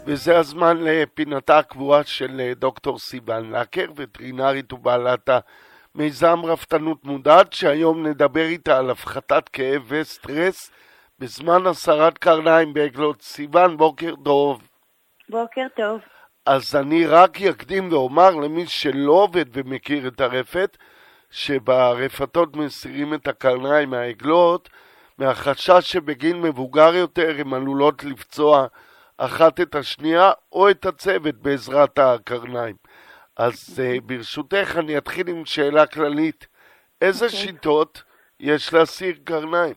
וזה הזמן לפינתה הקבועה של דוקטור סיוון לקר, וטרינרית ובעלת המיזם רפתנות מודעת, שהיום נדבר איתה על הפחתת כאב וסטרס בזמן הסרת קרניים בעגלות. סיוון, בוקר טוב. בוקר טוב. אז אני רק יקדים ואומר למי שלא עובד ומכיר את הרפת, שברפתות מסירים את הקרניים מהעגלות, מהחשש שבגין מבוגר יותר הן עלולות לפצוע אחת את השנייה או את הצוות בעזרת הקרניים. אז ברשותך אני אתחיל עם שאלה כללית. איזה שיטות יש להסיר קרניים?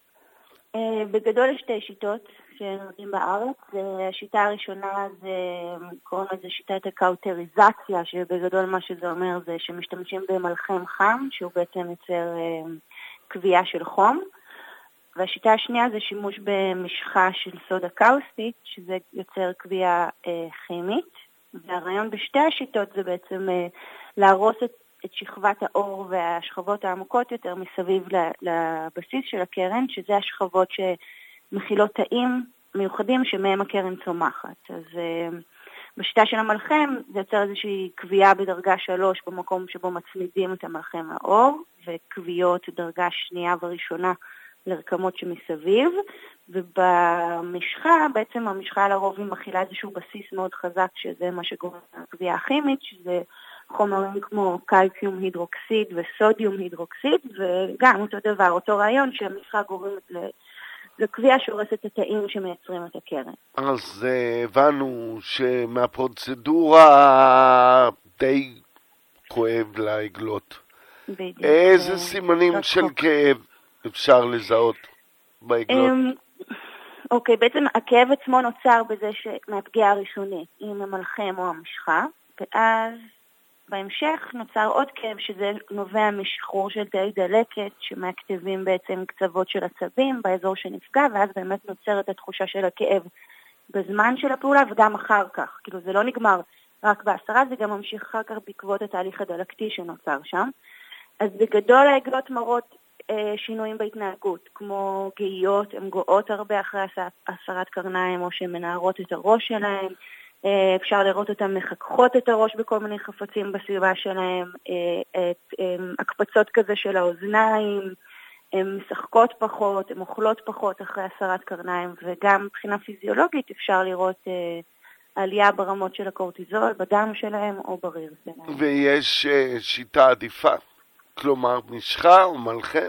בגדול יש שתי שיטות שנותנים בארץ. השיטה הראשונה קוראים לזה שיטת הקאוטריזציה, שבגדול מה שזה אומר זה שמשתמשים במלחם חם, שהוא בעצם יוצר קביעה של חום. והשיטה השנייה זה שימוש במשחה של סודה קאוסטית, שזה יוצר קביעה כימית. והרעיון בשתי השיטות זה בעצם להרוס את שכבת האור והשכבות העמוקות יותר מסביב לבסיס של הקרן, שזה השכבות שמכילות תאים מיוחדים שמהם הקרן צומחת. אז בשיטה של המלחם זה יוצר איזושהי קביעה בדרגה 3 במקום שבו מצמידים את המלחם לאור, וקביעות דרגה שנייה וראשונה לרקמות שמסביב, ובמשחה, בעצם המשחה לרוב היא מכילה איזשהו בסיס מאוד חזק, שזה מה שקוראים לקביעה הכימית, שזה חומרים כמו קלציום הידרוקסיד וסודיום הידרוקסיד, וגם אותו דבר, אותו רעיון שהמשחה גורמת לקביעה שהורסת את התאים שמייצרים את הקרן. אז הבנו שמהפרוצדורה די כואב לעגלות. איזה סימנים של כאב אפשר לזהות בעגלות? אוקיי, בעצם הכאב עצמו נוצר בזה מהפגיעה הראשונית, עם המלחם או המשחה, ואז בהמשך נוצר עוד כאב שזה נובע משחרור של תאי דלקת שמאקטיבים בעצם קצוות של עצבים באזור שנפגע, ואז באמת נוצרת התחושה של הכאב בזמן של הפעולה וגם אחר כך. כאילו זה לא נגמר רק בהסרה, זה גם ממשיך אחר כך בעקבות התהליך הדלקתי שנוצר שם. אז בגדול העגלות מראות שינויים בהתנהגות, כמו גאיות, הן גאות הרבה אחרי הסרת קרניים או שהן מנערות את הראש שלהן. אפשר לראות אותן מחככות את הראש בכל מיני חפצים בסביבה שלהם, הקפצות כזה של האוזניים, הן משחקות פחות, הן אוכלות פחות אחרי הסרת קרניים, וגם מבחינה פיזיולוגית אפשר לראות עלייה ברמות של הקורטיזול, בדם שלהם או בריר שלהם. ויש שיטה עדיפה, כלומר משחה או מלחם?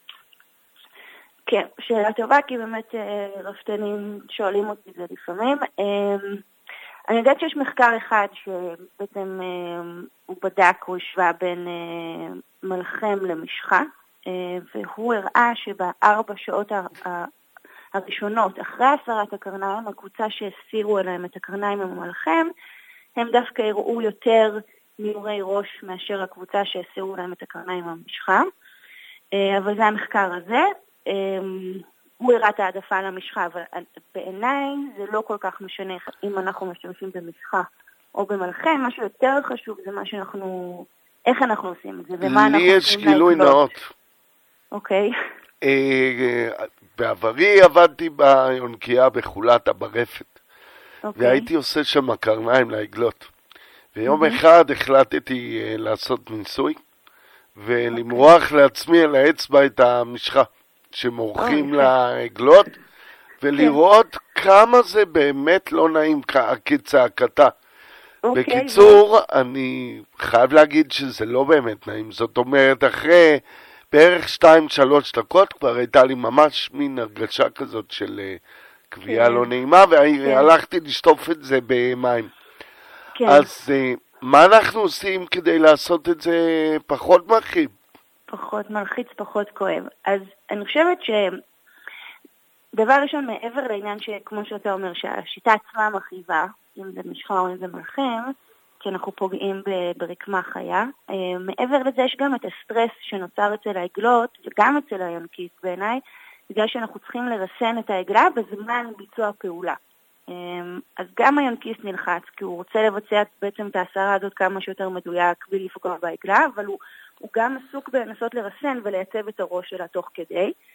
כן, שאלה טובה, כי באמת רפתנים שואלים אותי זה לפעמים. אני יודעת שיש מחקר אחד שבעצם הוא בדק, הוא השווה בין מלחם למשחה, והוא הראה שב4 שעות הראשונות אחרי הסרת הקרניים, הקבוצה שהסירו אליהם את הקרניים עם המלחם, הם דווקא הראו יותר ניעורי ראש מאשר הקבוצה שהסירו להם את הקרניים עם המשחה, אבל זה המחקר הזה. הוא הראה את העדפה למשחה, אבל בעיניי זה לא כל כך משנה אם אנחנו משתמשים במשחה או במלחם. משהו יותר חשוב זה מה שאנחנו, איך אנחנו עושים את זה ומה אנחנו עושים. לי יש גילוי נאות. אוקיי. בעברי עבדתי ביונקייה בחולתה ברפת, והייתי עושה שם קרניים לעגלות. ויום אחד החלטתי לעשות ניסוי ולמרוח לעצמי על האצבע את המשחה שמורחים לעגלות, ולראות כמה זה באמת לא נעים כצעקתה. בקיצור, אני חייב להגיד שזה לא באמת נעים. זאת אומרת, אחרי בערך 2-3 דקות כבר הייתה לי ממש מין הרגשה כזאת של קביעה לא נעימה, והלכתי לשטוף את זה במים. אז מה אנחנו עושים כדי לעשות את זה פחות מרחיב? פחות מלחיץ, פחות כואב. אז אני חושבת שדבר ראשון, מעבר לעניין שכמו שאתה אומר, שהשיטה עצמה מרחיבה, אם זה משחה או אם זה מלחם, כי אנחנו פוגעים ברקמה חיה. מעבר לזה יש גם את הסטרס שנוצר אצל העגלות, וגם אצל היונקיס בעיניי, בגלל שאנחנו צריכים לרסן את העגלה בזמן ביצוע פעולה. אז גם היונקיס נלחץ, כי הוא רוצה לבצע בעצם את ההסרה הזאת כמה שיותר מדויק בלי לפגוע בעגלה, אבל הוא גם עסוק בנסות לרסן ולייצב את הראש שלה תוך כדי.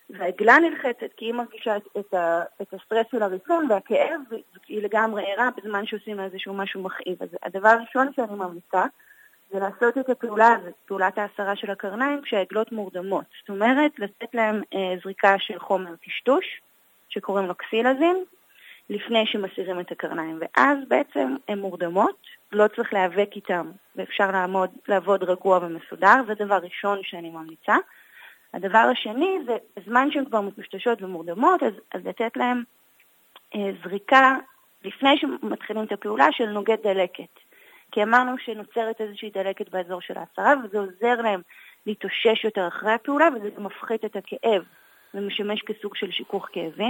והעגלה נלחצת כי היא מרגישה את הסטרס של הריסון והכאב, והיא לגמרי ערה בזמן שעושים איזשהו משהו מכאיב. אז הדבר הראשון שאני ממליצה זה לעשות את הפעולה הזאת, פעולת ההסרה של הקרניים, כשהעגלות מורדמות. זאת אומרת, לתת להם זריקה של חומר טשטוש, שקוראים לו קסילזין, לפני שמסירים את הקרניים. ואז בעצם הן מורדמות, לא צריך להיאבק איתם, ואפשר לעבוד רגוע ומסודר. זה דבר ראשון שאני ממליצה. הדבר השני זה, בזמן שהן כבר מטושטשות ומורדמות, אז לתת להם זריקה, לפני שמתחילים את הפעולה, של נוגד דלקת. כי אמרנו שנוצרת איזושהי דלקת באזור של ההסרה, וזה עוזר להם להתאושש יותר אחרי הפעולה, וזה מפחית את הכאב, ומשמש כסוג של שיכוך כאבים.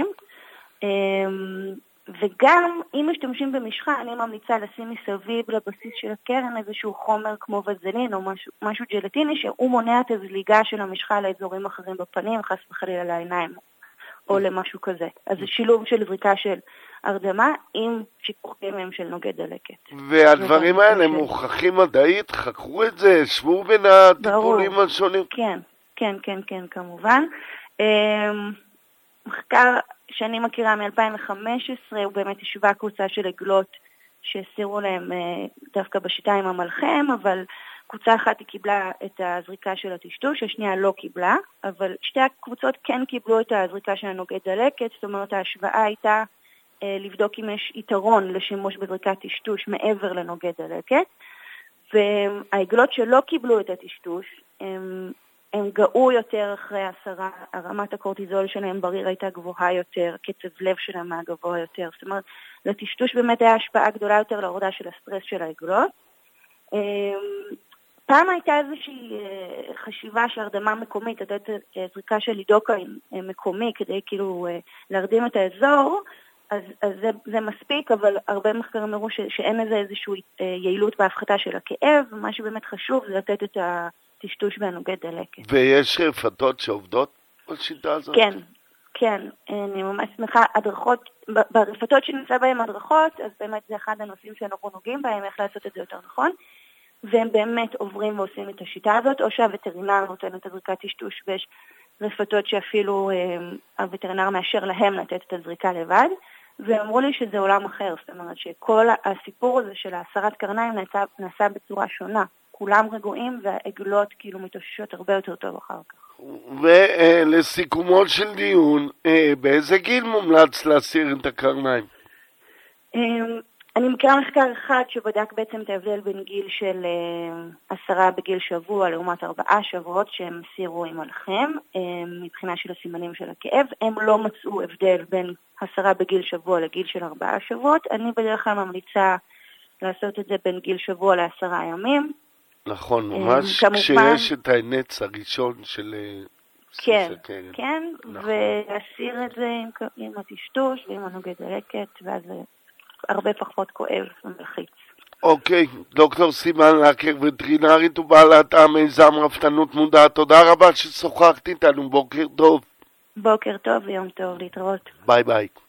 וגם אם משתמשים במשחה, אני ממליצה לשים מסביב לבסיס של הקרן איזשהו חומר כמו וזלין או משהו ג'לטיני, שהוא מונע את הזליגה של המשחה לאזורים אחרים בפנים, חס וחלילה לעיניים או למשהו כזה. אז זה שילוב של זריקה של הרדמה עם שיכוך כאבים של נוגד דלקת. והדברים האלה מוכחים מדעית? חקרו את זה? שבו בין הטיפולים השונים? כן, כמובן. מחקר שאני מכירה מ-2015, הוא באמת השווה קבוצה של עגלות שהסירו להם דווקא בשיטה עם המלחם, אבל קבוצה אחת היא קיבלה את הזריקה של הטשטוש, השנייה לא קיבלה, אבל שתי הקבוצות כן קיבלו את הזריקה של הנוגד דלקת, זאת אומרת ההשוואה הייתה לבדוק אם יש יתרון לשימוש בזריקת טשטוש מעבר לנוגד דלקת, והעגלות שלא קיבלו את הטשטוש, הם גאו יותר אחרי הסרה, הרמת הקורטיזול שלהם בריר הייתה גבוהה יותר, קצב לב שלהם היה גבוה יותר, זאת אומרת, לטשטוש באמת היה השפעה גדולה יותר להורדה של הסטרס של העגלות. פעם הייתה איזושהי חשיבה שהרדמה מקומית, לתת זריקה של לידוקאין מקומי כדי כאילו להרדים את האזור, אז זה מספיק, אבל הרבה מחקרים הראו שאין לזה איזושהי יעילות בהפחתה של הכאב, ומה שבאמת חשוב זה לתת את טשטוש והנוגד דלקת. ויש רפתות שעובדות בשיטה הזאת? כן, אני ממש שמחה, הדרכות, ברפתות שנמצא בהם הדרכות, אז באמת זה אחד הנושאים שאנחנו נוגעים בהם, איך לעשות את זה יותר נכון, והם באמת עוברים ועושים את השיטה הזאת, או שהווטרינר נותן את הזריקת טשטוש, ויש רפתות שאפילו הווטרינר מאשר להם לתת את הזריקה לבד, ואמרו לי שזה עולם אחר, זאת אומרת שכל הסיפור הזה של הסרת קרניים נעשה בצורה שונה. כולם רגועים והעגלות כאילו מתאוששות הרבה יותר טוב אחר כך. ולסיכומו של דיון, באיזה גיל מומלץ להסיר את הקרניים? אני מכירה מחקר אחד שבדק בעצם את ההבדל בין גיל של 10 בגיל שבוע לעומת 4 שבועות שהם הסירו עם מלחם, מבחינה של הסימנים של הכאב. הם לא מצאו הבדל בין 10 בגיל שבוע לגיל של 4 שבועות. אני בדרך כלל ממליצה לעשות את זה בין גיל שבוע ל10 ימים. נכון, ממש כשיש את הנץ הראשון של... כן, ולהסיר את זה עם הטשטוש ועם הנוגד דלקת, ואז זה הרבה פחות כואב ומלחיץ. אוקיי, דוקטור סימן לקר, וטרינרית ובעלת המיזם רפתנות מודעת, תודה רבה ששוחחת איתנו, בוקר טוב. בוקר טוב ויום טוב, להתראות. ביי ביי.